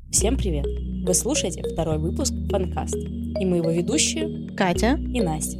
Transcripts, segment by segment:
Всем привет! Вы слушаете второй выпуск Фанкаст. И мы его ведущие Катя и Настя.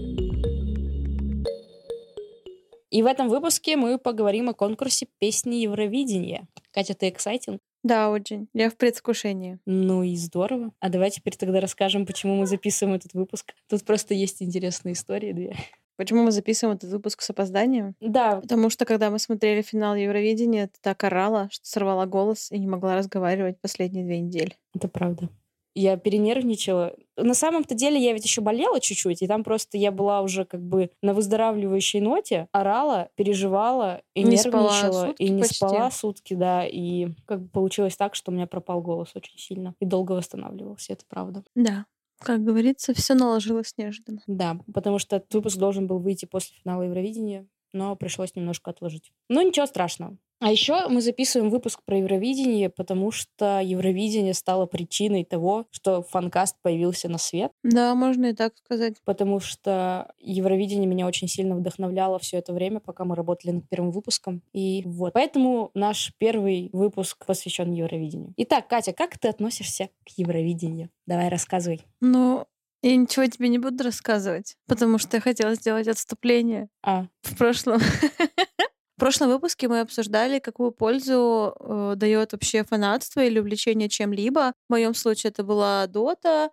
И в этом выпуске мы поговорим о конкурсе песни Евровидения. Катя, ты excited? Да, очень. Я в предвкушении. Ну и здорово. А давай теперь тогда расскажем, почему мы записываем этот выпуск. Тут просто есть интересные истории две. Почему мы записываем этот выпуск с опозданием? Да, Потому что, когда мы смотрели финал Евровидения, ты так орала, что сорвала голос и не могла разговаривать последние 2 недели. это правда. Я перенервничала. На самом-то деле я ведь еще болела чуть-чуть, и там просто я была уже как бы на выздоравливающей ноте, орала, переживала и Не спала нервничала, сутки и не почти. спала сутки, да, и как бы получилось так, что у меня пропал голос очень сильно и долго восстанавливался, это правда. Да. Как говорится, все наложилось неожиданно. Да, потому что этот выпуск должен был выйти после финала Евровидения, но пришлось немножко отложить. Но ничего страшного. А еще мы записываем выпуск про Евровидение, потому что Евровидение стало причиной того, что Фанкаст появился на свет. Да, можно и так сказать. Потому что Евровидение меня очень сильно вдохновляло все это время, пока мы работали над первым выпуском. И вот. Поэтому наш первый выпуск посвящен Евровидению. Итак, Катя, как ты относишься к Евровидению? Давай рассказывай. Ну, я ничего тебе не буду рассказывать, потому что я хотела сделать отступление в прошлом. В прошлом выпуске мы обсуждали, какую пользу дает вообще фанатство или увлечение чем-либо. В моем случае это была Dota,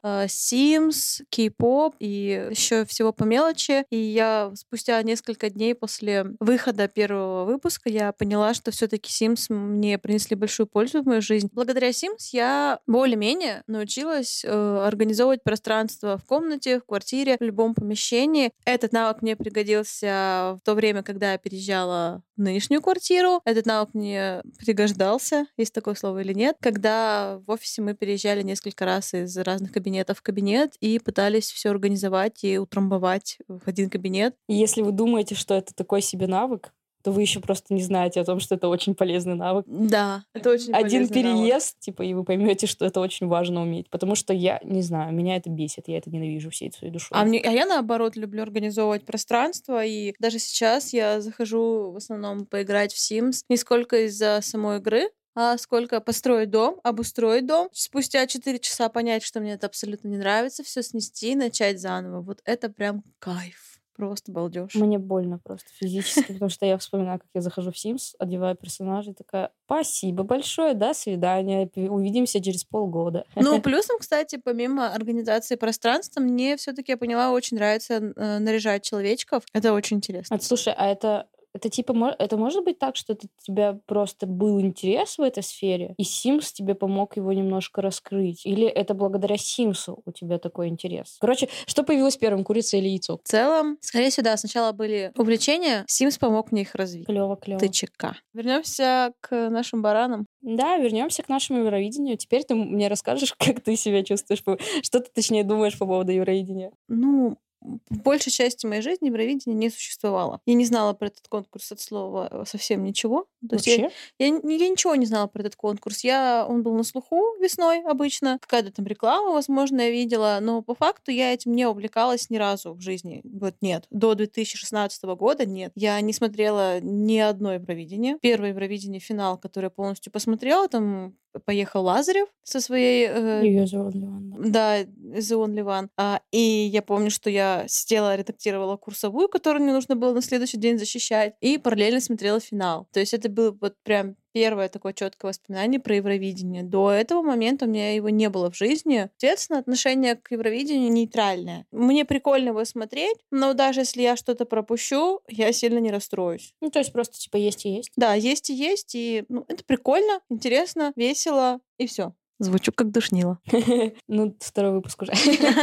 Sims, K-pop и еще всего по мелочи. И я спустя несколько дней после выхода первого выпуска я поняла, что все-таки Sims мне принесли большую пользу в мою жизнь. Благодаря Sims я более-менее научилась организовывать пространство в комнате, в квартире, в любом помещении. Этот навык мне пригодился в то время, когда я переезжала в нынешнюю квартиру. Этот навык мне пригождался, есть такое слово или нет, когда в офисе мы переезжали несколько раз из разных кабинетов в кабинет и пытались все организовать и утрамбовать в один кабинет. И если вы думаете, что это такой себе навык, то вы еще просто не знаете о том, что это очень полезный навык. Да, это очень Один полезный навык. переезд, и вы поймете, что это очень важно уметь. Потому что я не знаю, меня это бесит, я это ненавижу всей своей душой. А я, наоборот, люблю организовывать пространство, и даже сейчас я захожу в основном поиграть в Sims не сколько из-за самой игры, а сколько построить дом, обустроить дом, спустя 4 часа понять, что мне это абсолютно не нравится, все снести и начать заново. Вот это прям кайф. Просто балдеж. Мне больно просто физически, потому что я вспоминаю, как я захожу в Sims, одеваю персонажей, такая: спасибо большое, до свидания, увидимся через полгода. Ну, плюсом, кстати, помимо организации пространства, мне все-таки, я поняла, очень нравится наряжать человечков. Это очень интересно. Слушай, а это типа, это может быть так, что это у тебя просто был интерес в этой сфере, и Sims тебе помог его немножко раскрыть? Или это благодаря Симсу у тебя такой интерес? Короче, что появилось первым, курица или яйцо? В целом, скорее всего, да, сначала были увлечения, Sims помог мне их развить. Клево. ТЧК. Вернемся к нашим баранам. Да, вернемся к нашему Евровидению. Теперь ты мне расскажешь, как ты себя чувствуешь, что ты, точнее, думаешь по поводу Евровидения? Ну, в большей части моей жизни Евровидения не существовало. Я не знала про этот конкурс от слова совсем ничего. То есть Вообще? я ничего не знала про этот конкурс. Он был на слуху весной обычно. Какая-то там реклама, возможно, я видела. Но по факту я этим не увлекалась ни разу в жизни. Вот нет. До 2016 года нет. Я не смотрела ни одно Евровидение. Первое Евровидение, финал, который я полностью посмотрела, там поехал Лазарев со своей... Ее зовут Ливан. Да, The Only One. И я помню, что я сидела, редактировала курсовую, которую мне нужно было на следующий день защищать, и параллельно смотрела финал. То есть это было вот прям первое такое четкое воспоминание про Евровидение. До этого момента у меня его не было в жизни. Соответственно, отношение к Евровидению нейтральное. Мне прикольно его смотреть, но даже если я что-то пропущу, я сильно не расстроюсь. Ну, то есть просто типа есть и есть. Да, есть и это прикольно, интересно, весело, и все. Звучу как душнила. Ну, второй выпуск уже.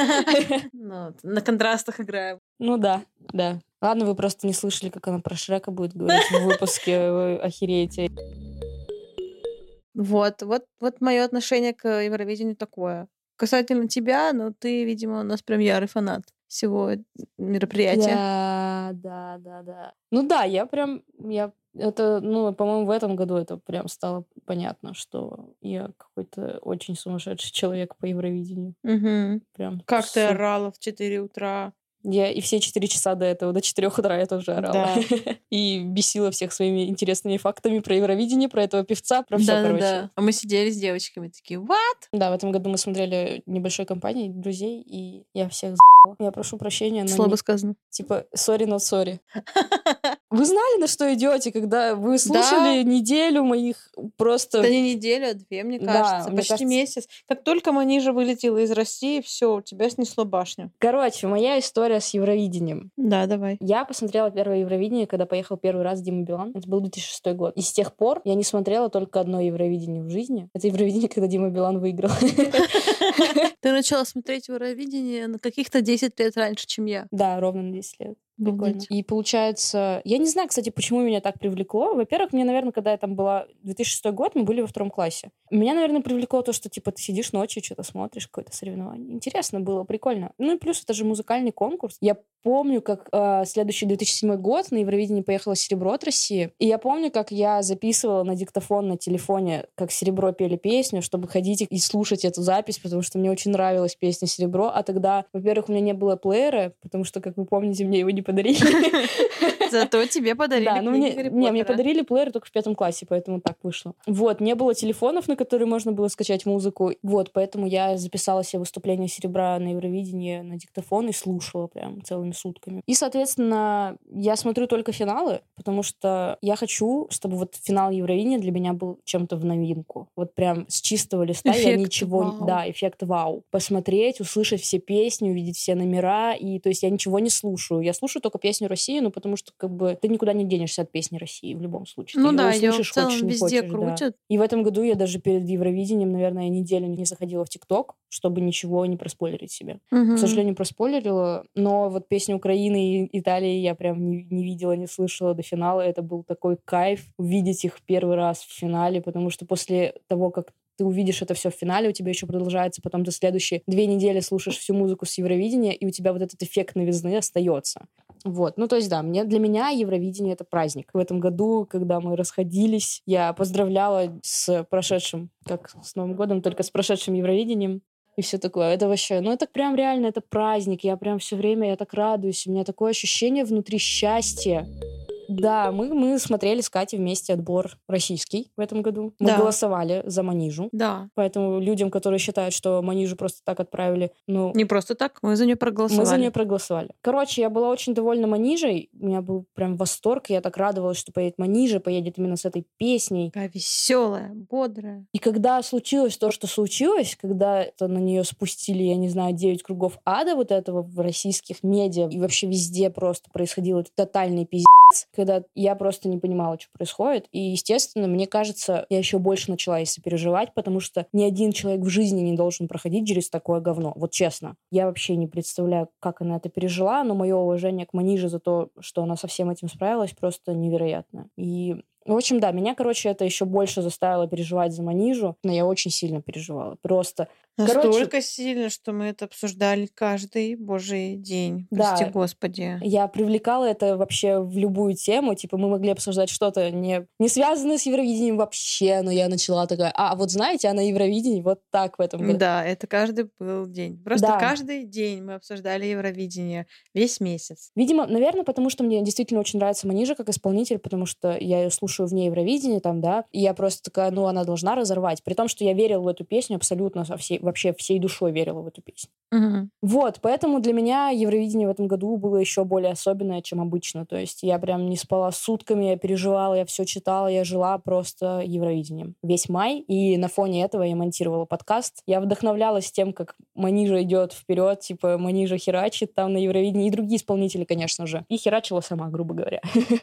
На контрастах играем. Ну да. Ладно, вы просто не слышали, как она про Шрека будет говорить в выпуске. Вы охереете. Вот мое отношение к Евровидению такое. Касательно тебя, ты, видимо, у нас прям ярый фанат всего мероприятия. Да. Ну да, по-моему, в этом году это прям стало понятно, что я какой-то очень сумасшедший человек по Евровидению. Угу. Прям Как ты орала в 4 утра? Я и все 4 часа до этого, до 4 утра я тоже орала. Да. И бесила всех своими интересными фактами про Евровидение, про этого певца, про все, короче. Да. А мы сидели с девочками такие, what? Да, в этом году мы смотрели небольшой компанией друзей, и я всех Я прошу прощения, но Слабо сказано. типа sorry, not sorry. Вы знали, на что идете, когда вы слушали неделю моих просто... Да не неделю, а 2, мне кажется. Почти месяц. Как только Манижа вылетела из России, все, тебя снесло башню. Короче, моя история с Евровидением. Да, давай. Я посмотрела первое Евровидение, когда поехал первый раз Дима Билан. Это был 2006 год. И с тех пор я не смотрела только одно Евровидение в жизни. Это Евровидение, когда Дима Билан выиграл. Ты начала смотреть Евровидение на каких-то 10 лет раньше, чем я. Да, ровно на 10 лет. Прикольно. И получается... Я не знаю, кстати, почему меня так привлекло. Во-первых, мне, наверное, когда я там была... 2006 год, мы были во 2 классе. Меня, наверное, привлекло то, что, типа, ты сидишь ночью, что-то смотришь, какое-то соревнование. Интересно было, прикольно. Ну и плюс это же музыкальный конкурс. Я помню, как следующий 2007 год на Евровидении поехало «Серебро» от России. И я помню, как я записывала на диктофон на телефоне, как «Серебро» пели песню, чтобы ходить и слушать эту запись, потому что мне очень нравилась песня «Серебро». А тогда, во-первых, у меня не было плеера, потому что, как вы помните, мне его не подарили. Зато тебе подарили Да, ну книги Гарри Поттера. мне подарили плеер только в 5 классе, поэтому так вышло. Вот, не было телефонов, на которые можно было скачать музыку. Вот, поэтому я записала себе выступление «Серебра» на Евровидении на диктофон и слушала прям целыми сутками. И, соответственно, я смотрю только финалы, потому что я хочу, чтобы вот финал Евровидения для меня был чем-то в новинку. Вот прям с чистого листа я ничего... Вау. Да, эффект вау. Посмотреть, услышать все песни, увидеть все номера. И, то есть, я ничего не слушаю. Я слушаю только песню России, ну, потому что, как бы, ты никуда не денешься от песни России в любом случае. Ну ты да, её её услышишь, в целом хочешь, не везде хочешь, крутят. да. И в этом году я даже перед Евровидением, наверное, неделю не заходила в ТикТок, чтобы ничего не проспойлерить себе. К сожалению, проспойлерила, но вот песни Украины и Италии я прям не видела, не слышала до финала. Это был такой кайф увидеть их первый раз в финале, потому что после того, как ты увидишь это все в финале, у тебя еще продолжается, потом ты следующие 2 недели слушаешь всю музыку с Евровидения, и у тебя вот этот эффект новизны остается. Вот, ну то есть да, для меня Евровидение — это праздник. В этом году, когда мы расходились, я поздравляла с прошедшим, как с Новым годом, только с прошедшим Евровидением. И все такое. Это вообще, ну это прям реально, это праздник. Я прям все время, я так радуюсь. У меня такое ощущение внутри счастья. Да, мы смотрели с Катей вместе отбор российский в этом году. Мы голосовали за Манижу. Да. Поэтому людям, которые считают, что Манижу просто так отправили, ну... Не просто так, мы за нее проголосовали. Мы за нее проголосовали. Короче, я была очень довольна Манижей. У меня был прям восторг. Я так радовалась, что поедет Манижа, поедет именно с этой песней. Такая веселая, бодрая. И когда случилось то, что случилось, когда это на нее спустили, я не знаю, 9 кругов ада вот этого в российских медиа, и вообще везде просто происходил этот тотальный пиздец, когда я просто не понимала, что происходит. И, естественно, мне кажется, я еще больше начала ей сопереживать, потому что ни один человек в жизни не должен проходить через такое говно. Вот честно. Я вообще не представляю, как она это пережила, но мое уважение к Маниже за то, что она со всем этим справилась, просто невероятно. И в общем, да, меня, короче, это еще больше заставило переживать за Манижу, но я очень сильно переживала. Просто... Настолько сильно, что мы это обсуждали каждый божий день. Прости, Господи. Я привлекала это вообще в любую тему. Типа мы могли обсуждать что-то не связанное с Евровидением вообще, но я начала такая, вот знаете, а на Евровидении вот так в этом году. Да, это каждый был день. Просто каждый день мы обсуждали Евровидение. Весь месяц. Видимо, наверное, потому что мне действительно очень нравится Манижа как исполнитель, потому что я ее слушаю вне Евровидения, там, да, и я просто такая, ну, она должна разорвать. При том, что я верила в эту песню абсолютно, вообще всей душой верила в эту песню. Вот, поэтому для меня Евровидение в этом году было еще более особенное, чем обычно. То есть я прям не спала сутками, я переживала, я все читала, я жила просто Евровидением весь май, и на фоне этого я монтировала подкаст. Я вдохновлялась тем, как Манижа идет вперед, типа Манижа херачит там на Евровидении, и другие исполнители, конечно же. И херачила сама, грубо говоря.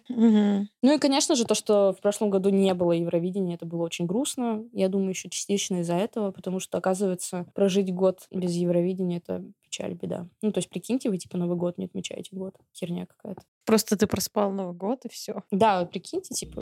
Ну и, конечно же, то, что в прошлом году не было Евровидения, это было очень грустно. Я думаю, еще частично из-за этого, потому что, оказывается, прожить год без Евровидения — это печаль, беда. Ну, то есть, прикиньте, вы, типа, Новый год не отмечаете год. Херня какая-то. Просто ты проспал Новый год, и все. Да, прикиньте, типа...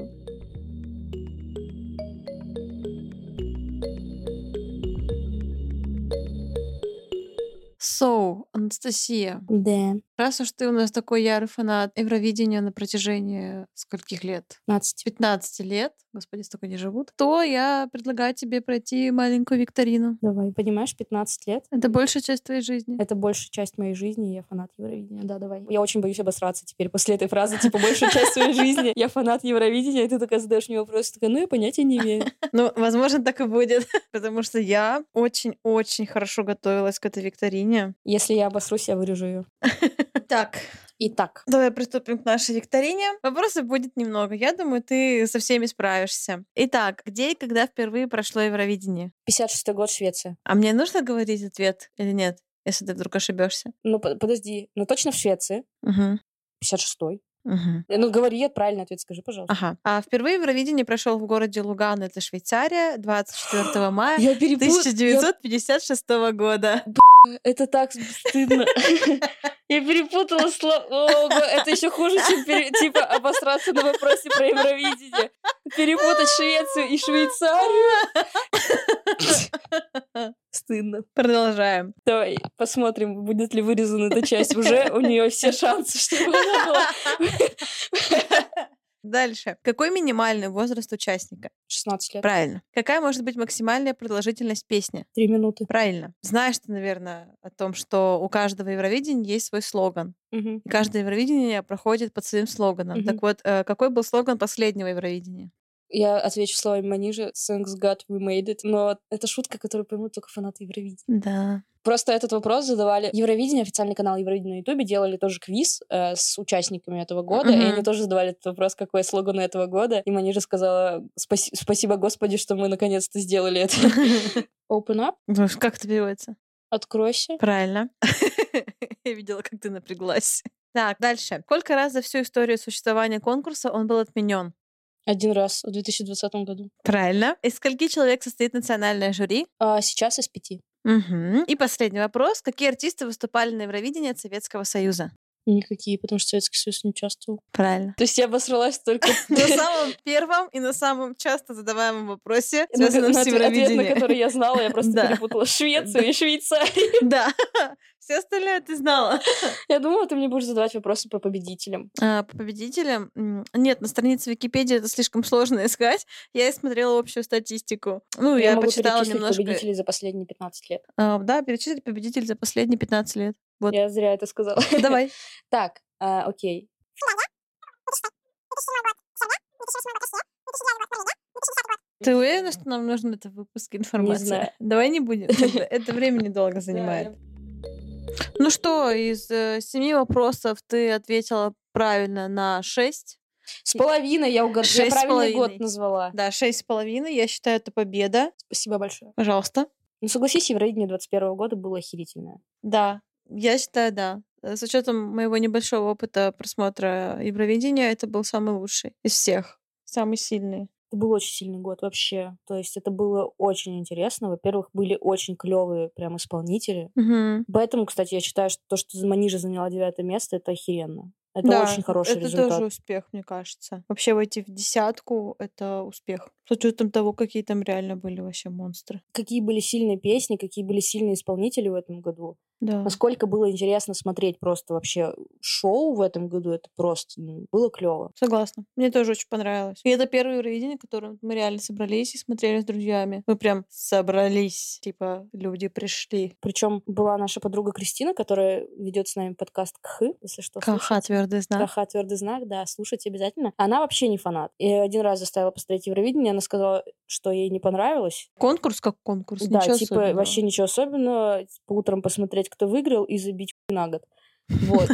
So, Анастасия. Да. Раз уж ты у нас такой ярый фанат Евровидения на протяжении скольких лет? 15. 15 лет, господи, столько не живут, то я предлагаю тебе пройти маленькую викторину. Давай. Понимаешь, 15 лет. Это большая часть твоей жизни. Это большая часть моей жизни, я фанат Евровидения. Да, давай. Я очень боюсь обосраться теперь после этой фразы, типа, большая часть своей жизни я фанат Евровидения, и ты такая задаешь мне вопрос, такая, ну, я понятия не имею. Ну, возможно, так и будет, потому что я очень-очень хорошо готовилась к этой викторине. Если я обосрусь, я вырежу ее. Так. Итак. Давай приступим к нашей викторине. Вопросов будет немного. Я думаю, ты со всеми справишься. Итак, где и когда впервые прошло Евровидение? 56-й год, Швеция. А мне нужно говорить ответ или нет, если ты вдруг ошибешься? Ну, подожди. Ну, точно в Швеции. Угу. 56-й. Угу. Ну, говори правильный ответ, скажи, пожалуйста. Ага. А впервые Евровидение прошел в городе Лугано, это Швейцария, 24 мая Я 1956 года. Это так стыдно. Я перепутала слово. Это еще хуже, чем типа обосраться на вопросе про Евровидение. Перепутать Швецию и Швейцарию. Стыдно. Продолжаем. Давай посмотрим, будет ли вырезана эта часть. Уже у нее все шансы, чтобы она была. Дальше. Какой минимальный возраст участника? 16 лет. Правильно. Какая может быть максимальная продолжительность песни? 3 минуты. Правильно. Знаешь ты, наверное, о том, что у каждого Евровидения есть свой слоган. Угу. И каждое Евровидение проходит под своим слоганом. Так вот, какой был слоган последнего Евровидения? Я отвечу словами Манижи. Thanks God we made it. Но это шутка, которую поймут только фанаты Евровидения. Да. Просто этот вопрос задавали Евровидение, официальный канал Евровидения на Ютубе, делали тоже квиз с участниками этого года, и они тоже задавали этот вопрос, какой слоган этого года. И Манижа сказала: спасибо, Господи, что мы наконец-то сделали это. Open up. Как это переводится? Откройся. Правильно. Я видела, как ты напряглась. Так, дальше. Сколько раз за всю историю существования конкурса он был отменен? 1 раз в 2020 году. Правильно. Из скольки человек состоит национальное жюри? Сейчас из 5. Угу. И последний вопрос. Какие артисты выступали на Евровидении от Советского Союза? Никакие, потому что Советский Союз не участвовал. Правильно. То есть я обосралась только на самом первом и на самом часто задаваемом вопросе, связанном с Евровидением. Ответ, на который я знала, я просто перепутала Швецию и Швейцарию. Да. Все остальное ты знала. Я думала, ты мне будешь задавать вопросы по победителям. По победителям? Нет, на странице Википедии это слишком сложно искать. Я смотрела общую статистику. Ну, я могу почитала немножко. Победителей за последние 15 лет. Да, перечислить победителей за последние 15 лет. Вот. Я зря это сказала. Давай. Так, окей. Ты уверена, что нам нужен этот выпуск информации? Не знаю. Давай не будем. Это времени долго занимает. Ну что, из 7 вопросов ты ответила правильно на 6. С половиной я угадала. Я правильный год назвала. Да, 6,5. Я считаю, это победа. Спасибо большое. Пожалуйста. Ну, согласись, Евровидение 21 года было охерительное. Да, я считаю, да. С учетом моего небольшого опыта просмотра Евровидения, это был самый лучший из всех. Самый сильный. Это был очень сильный год вообще. То есть это было очень интересно. Во-первых, были очень клевые прям исполнители. Поэтому, кстати, я считаю, что то, что Манижа заняла 9 место, это охеренно. Это очень хороший результат. Это тоже успех, мне кажется. Вообще войти в 10 — это успех. С учетом того, какие там реально были вообще монстры. Какие были сильные песни, какие были сильные исполнители в этом году. Да. Насколько было интересно смотреть просто вообще шоу в этом году, это просто было клево. Согласна. Мне тоже очень понравилось. И это первое Евровидение, которое мы реально собрались и смотрели с друзьями. Мы прям собрались, типа люди пришли. Причем была наша подруга Кристина, которая ведет с нами подкаст КХ, если что. КХ твердый знак. КХ твердый знак, да, слушайте обязательно. Она вообще не фанат. И один раз заставила посмотреть Евровидение, она сказала, что ей не понравилось. Конкурс как конкурс, да, ничего типа особенного. Вообще ничего особенного. По утрам посмотреть, кто выиграл, и забить на год. Вот.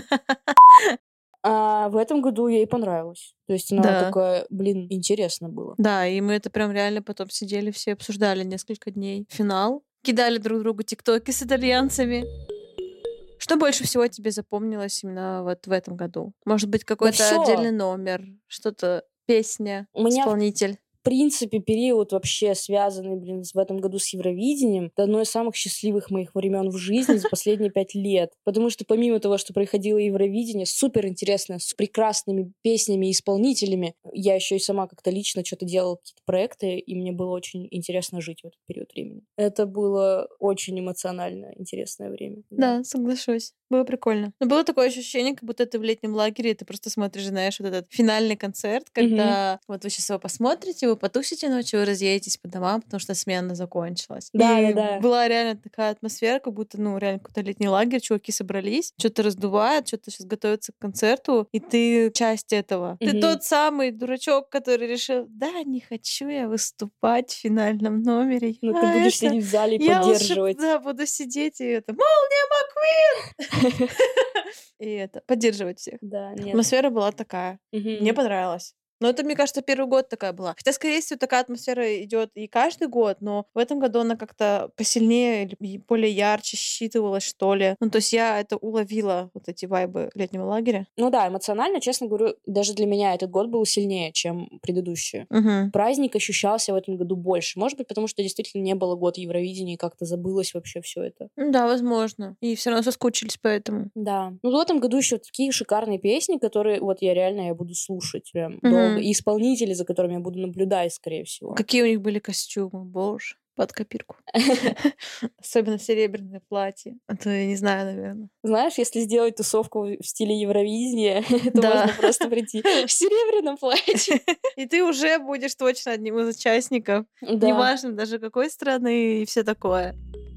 А в этом году ей понравилось. То есть она такая, интересно было. Да, и мы это прям реально потом сидели, все обсуждали несколько дней финал. Кидали друг другу тиктоки с итальянцами. Что больше всего тебе запомнилось именно вот в этом году? Может быть, какой-то отдельный номер, что-то, песня, исполнитель? В принципе, период вообще связанный, в этом году с Евровидением, это одно из самых счастливых моих времен в жизни за последние 5 лет. Потому что помимо того, что происходило Евровидение, супер интересно, с прекрасными песнями и исполнителями, я еще и сама как-то лично что-то делала, какие-то проекты, и мне было очень интересно жить в этот период времени. Это было очень эмоционально интересное время. Да, соглашусь. Было прикольно. Но было такое ощущение, как будто ты в летнем лагере, и ты просто смотришь, знаешь, вот этот финальный концерт, когда вот вы сейчас его посмотрите, вы потусите ночью, вы разъедетесь по домам, потому что смена закончилась. И была реально такая атмосфера, как будто, реально какой-то летний лагерь, чуваки собрались, что-то раздувают, что-то сейчас готовится к концерту, и ты часть этого. Ты тот самый дурачок, который решил, да, не хочу я выступать в финальном номере. Но ты будешь сидеть в зале и поддерживать. Да, буду сидеть и это «Молния Маквин!» И это, поддерживать всех. Да, нет. Атмосфера была такая. Мне понравилось. Но это, мне кажется, первый год такая была. Хотя, скорее всего, такая атмосфера идет и каждый год, но в этом году она как-то посильнее или более ярче считывалась, что ли. То есть я это уловила, вот эти вайбы летнего лагеря. Ну да, эмоционально, честно говорю, даже для меня этот год был сильнее, чем предыдущие. Праздник ощущался в этом году больше. Может быть, потому что действительно не было года Евровидения, и как-то забылось вообще все это. Да, возможно. И все равно соскучились поэтому. Да. В этом году еще такие шикарные песни, которые вот я буду слушать прям долго. И исполнители, за которыми я буду наблюдать, скорее всего. Какие у них были костюмы, боже. Под копирку. Особенно серебряное платье. А то я не знаю, наверное. Знаешь, если сделать тусовку в стиле Евровидения, то можно просто прийти в серебряном платье. И ты уже будешь точно одним из участников. Неважно даже какой страны и все такое.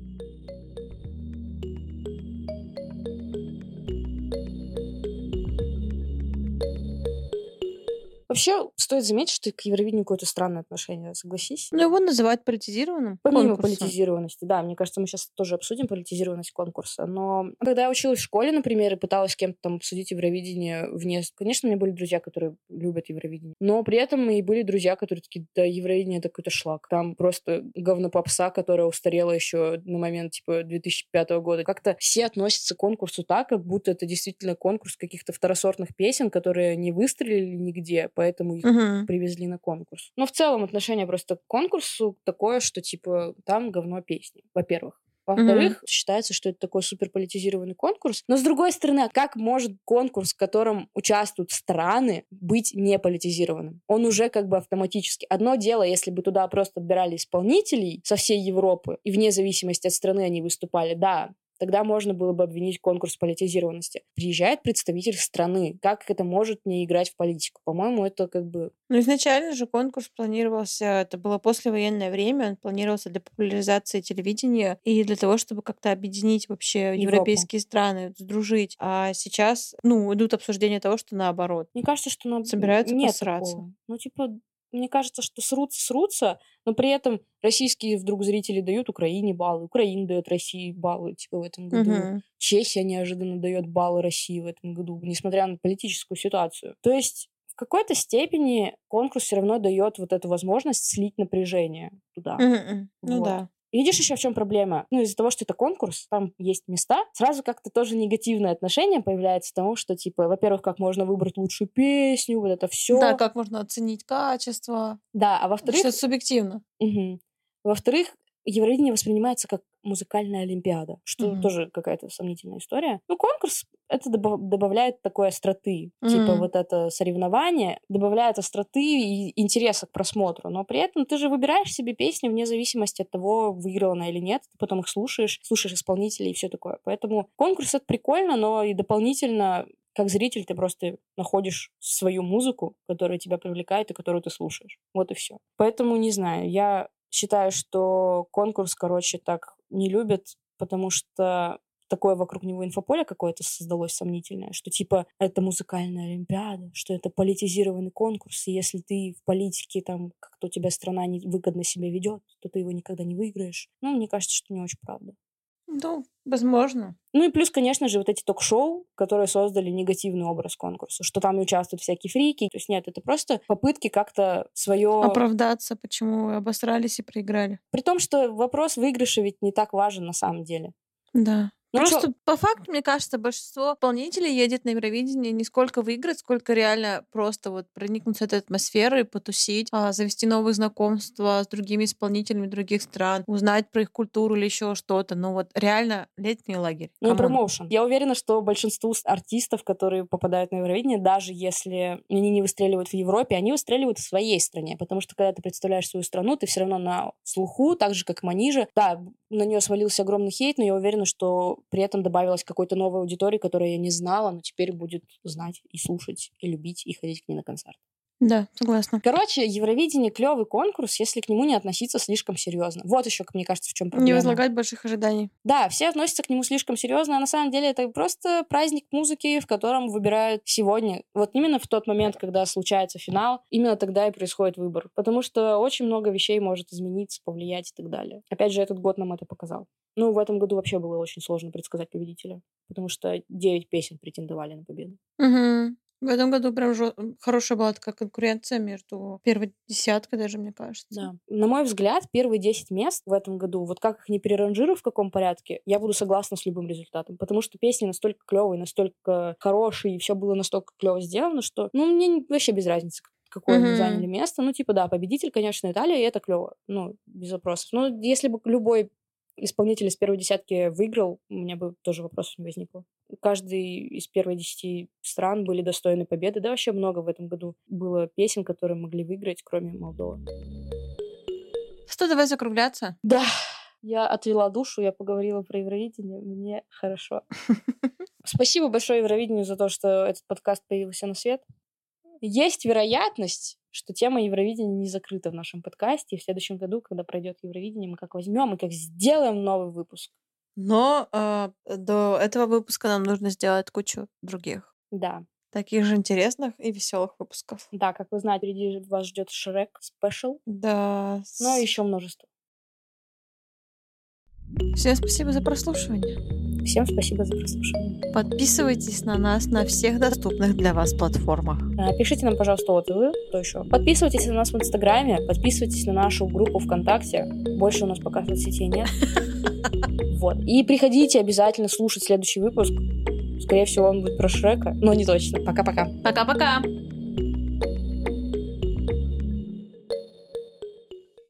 Вообще, стоит заметить, что к Евровидению какое-то странное отношение, согласись? Его называют политизированным Помимо политизированности, да. Мне кажется, мы сейчас тоже обсудим политизированность конкурса. Но когда я училась в школе, например, и пыталась с кем-то там обсудить Евровидение вне... Конечно, у меня были друзья, которые любят Евровидение. Но при этом и были друзья, которые такие, да, Евровидение — это какой-то шлак. Там просто говнопопса, которая устарела еще на момент, 2005 года. Как-то все относятся к конкурсу так, как будто это действительно конкурс каких-то второсортных песен, которые не выстрелили нигде, поэтому их привезли на конкурс. Но в целом отношение просто к конкурсу такое, что, там говно песни, во-первых. Во-вторых, считается, что это такой суперполитизированный конкурс. Но, с другой стороны, как может конкурс, в котором участвуют страны, быть не политизированным? Он уже автоматически. Одно дело, если бы туда просто отбирали исполнителей со всей Европы, и вне зависимости от страны они выступали, да, тогда можно было бы обвинить конкурс в политизированности. Приезжает представитель страны. Как это может не играть в политику? По-моему, это изначально же конкурс планировался, это было послевоенное время, он планировался для популяризации телевидения и для того, чтобы как-то объединить вообще европейские страны, сдружить. А сейчас, идут обсуждения того, что наоборот. Мне кажется, что собираются посраться. Мне кажется, что срутся, но при этом российские вдруг зрители дают Украине баллы, Украина дает России баллы, в этом году. Чехия неожиданно дает баллы России в этом году, несмотря на политическую ситуацию. То есть в какой-то степени конкурс все равно дает вот эту возможность слить напряжение туда. Да. Видишь еще в чем проблема? Из-за того, что это конкурс, там есть места, сразу как-то тоже негативное отношение появляется к тому, что, во-первых, как можно выбрать лучшую песню, вот это все. Да, как можно оценить качество. Да, а во-вторых... Что субъективно. Во-вторых, Евровидение воспринимается как музыкальная олимпиада, что тоже какая-то сомнительная история. Конкурс это добавляет такой остроты. Вот это соревнование добавляет остроты и интереса к просмотру. Но при этом ты же выбираешь себе песни вне зависимости от того, выиграла она или нет. Ты потом их слушаешь исполнителей и все такое. Поэтому конкурс — это прикольно, но и дополнительно как зритель ты просто находишь свою музыку, которая тебя привлекает и которую ты слушаешь. Вот и все. Поэтому, не знаю, я считаю, что конкурс, так не любят, потому что такое вокруг него инфополе какое-то создалось сомнительное, что это музыкальная олимпиада, что это политизированный конкурс, и если ты в политике, как-то у тебя страна невыгодно себя ведет, то ты его никогда не выиграешь. Мне кажется, что не очень правда. Возможно. И плюс, конечно же, вот эти ток-шоу, которые создали негативный образ конкурса, что там и участвуют всякие фрики. То есть нет, это просто попытки как-то свое... Оправдаться, почему обосрались и проиграли. При том, что вопрос выигрыша ведь не так важен на самом деле. Да. Просто по факту, мне кажется, большинство исполнителей едет на Евровидение не сколько выиграть, сколько реально просто проникнуться этой атмосферой, потусить, завести новые знакомства с другими исполнителями других стран, узнать про их культуру или еще что-то. Реально летний лагерь. Промоушен. Я уверена, что большинству артистов, которые попадают на Евровидение, даже если они не выстреливают в Европе, они выстреливают в своей стране. Потому что когда ты представляешь свою страну, ты все равно на слуху, так же, как Манижа. Да, на нее свалился огромный хейт, но я уверена, что при этом добавилась какой-то новой аудитории, которую я не знала, но теперь будет знать и слушать, и любить, и ходить к ней на концерт. Да, согласна. Короче, Евровидение — клевый конкурс, если к нему не относиться слишком серьезно. Вот еще, мне кажется, в чем проблема. Не возлагать больших ожиданий. Да, все относятся к нему слишком серьезно, а на самом деле это просто праздник музыки, в котором выбирают сегодня. Вот именно в тот момент, когда случается финал, именно тогда и происходит выбор. Потому что очень много вещей может измениться, повлиять и так далее. Опять же, этот год нам это показал. Ну, в этом году вообще было очень сложно предсказать победителя, потому что 9 песен претендовали на победу. Угу. В этом году прям хорошая была такая конкуренция между первой десяткой даже, мне кажется. Да. На мой взгляд, первые 10 мест в этом году, вот как их не переранжирую в каком порядке, я буду согласна с любым результатом, потому что песни настолько клевые, настолько хорошие, и все было настолько клево сделано, что, ну, мне вообще без разницы, какое они заняли место. Ну, типа, да, победитель, конечно, Италия, и это клево, ну, без вопросов. Но если бы любой исполнитель из первой десятки выиграл, у меня бы тоже вопросов не возникло. Каждый из первой 10 стран были достойны победы. Да, вообще много в этом году было песен, которые могли выиграть, кроме Молдовы. Что, давай закругляться? Да, я отвела душу, я поговорила про Евровидение, мне хорошо. Спасибо большое Евровидению за то, что этот подкаст появился на свет. Есть вероятность, что тема Евровидения не закрыта в нашем подкасте. И в следующем году, когда пройдет Евровидение, мы как возьмем и как сделаем новый выпуск. Но до этого выпуска нам нужно сделать кучу других. Да. Таких же интересных и веселых выпусков. Да, как вы знаете, впереди вас ждет Шрек спешл. Да. Но еще множество. Всем спасибо за прослушивание. Всем спасибо за прослушивание. Подписывайтесь на нас на всех доступных для вас платформах. Пишите нам, пожалуйста, отзывы. Что еще? Подписывайтесь на нас в Инстаграме, подписывайтесь на нашу группу ВКонтакте. Больше у нас пока соцсетей нет. Вот. И приходите обязательно слушать следующий выпуск. Скорее всего, он будет про Шрека, но не точно. Пока-пока. Пока-пока.